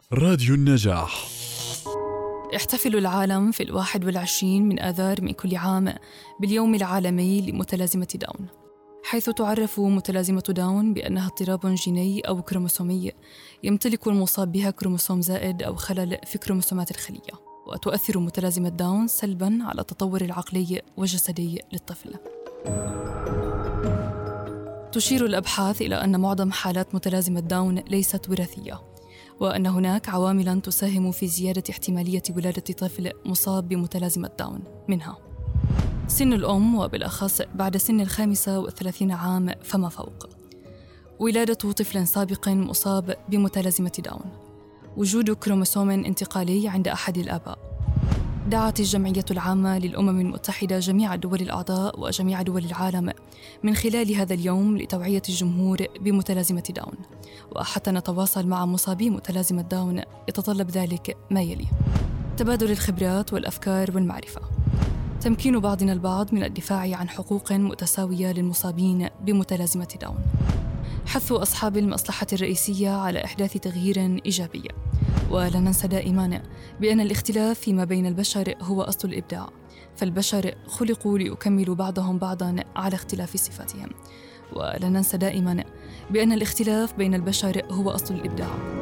راديو النجاح. يحتفل العالم في 21 من آذار من كل عام باليوم العالمي لمتلازمة داون، حيث تعرف متلازمة داون بأنها اضطراب جيني أو كروموسومي يمتلك المصاب بها كروموسوم زائد أو خلل في كروموسومات الخلية، وتؤثر متلازمة داون سلباً على التطور العقلي والجسدي للطفل. تشير الأبحاث إلى أن معظم حالات متلازمة داون ليست وراثية، وأن هناك عواملاً تساهم في زيادة احتمالية ولادة طفل مصاب بمتلازمة داون، منها سن الأم وبالأخص بعد سن 35 عام فما فوق، ولادة طفل سابق مصاب بمتلازمة داون، وجود كروموسوم انتقالي عند أحد الآباء. دعت الجمعية العامة للأمم المتحدة جميع الدول الأعضاء وجميع دول العالم من خلال هذا اليوم لتوعية الجمهور بمتلازمة داون، وحتى نتواصل مع مصابي متلازمة داون يتطلب ذلك ما يلي: تبادل الخبرات والأفكار والمعرفة، تمكين بعضنا البعض من الدفاع عن حقوق متساوية للمصابين بمتلازمة داون، حث أصحاب المصلحة الرئيسية على إحداث تغيير إيجابي. ولا ننسى دائما بأن الاختلاف فيما بين البشر هو أصل الإبداع، فالبشر خلقوا ليكملوا بعضهم بعضا على اختلاف صفاتهم. ولا ننسى دائما بأن الاختلاف بين البشر هو أصل الإبداع،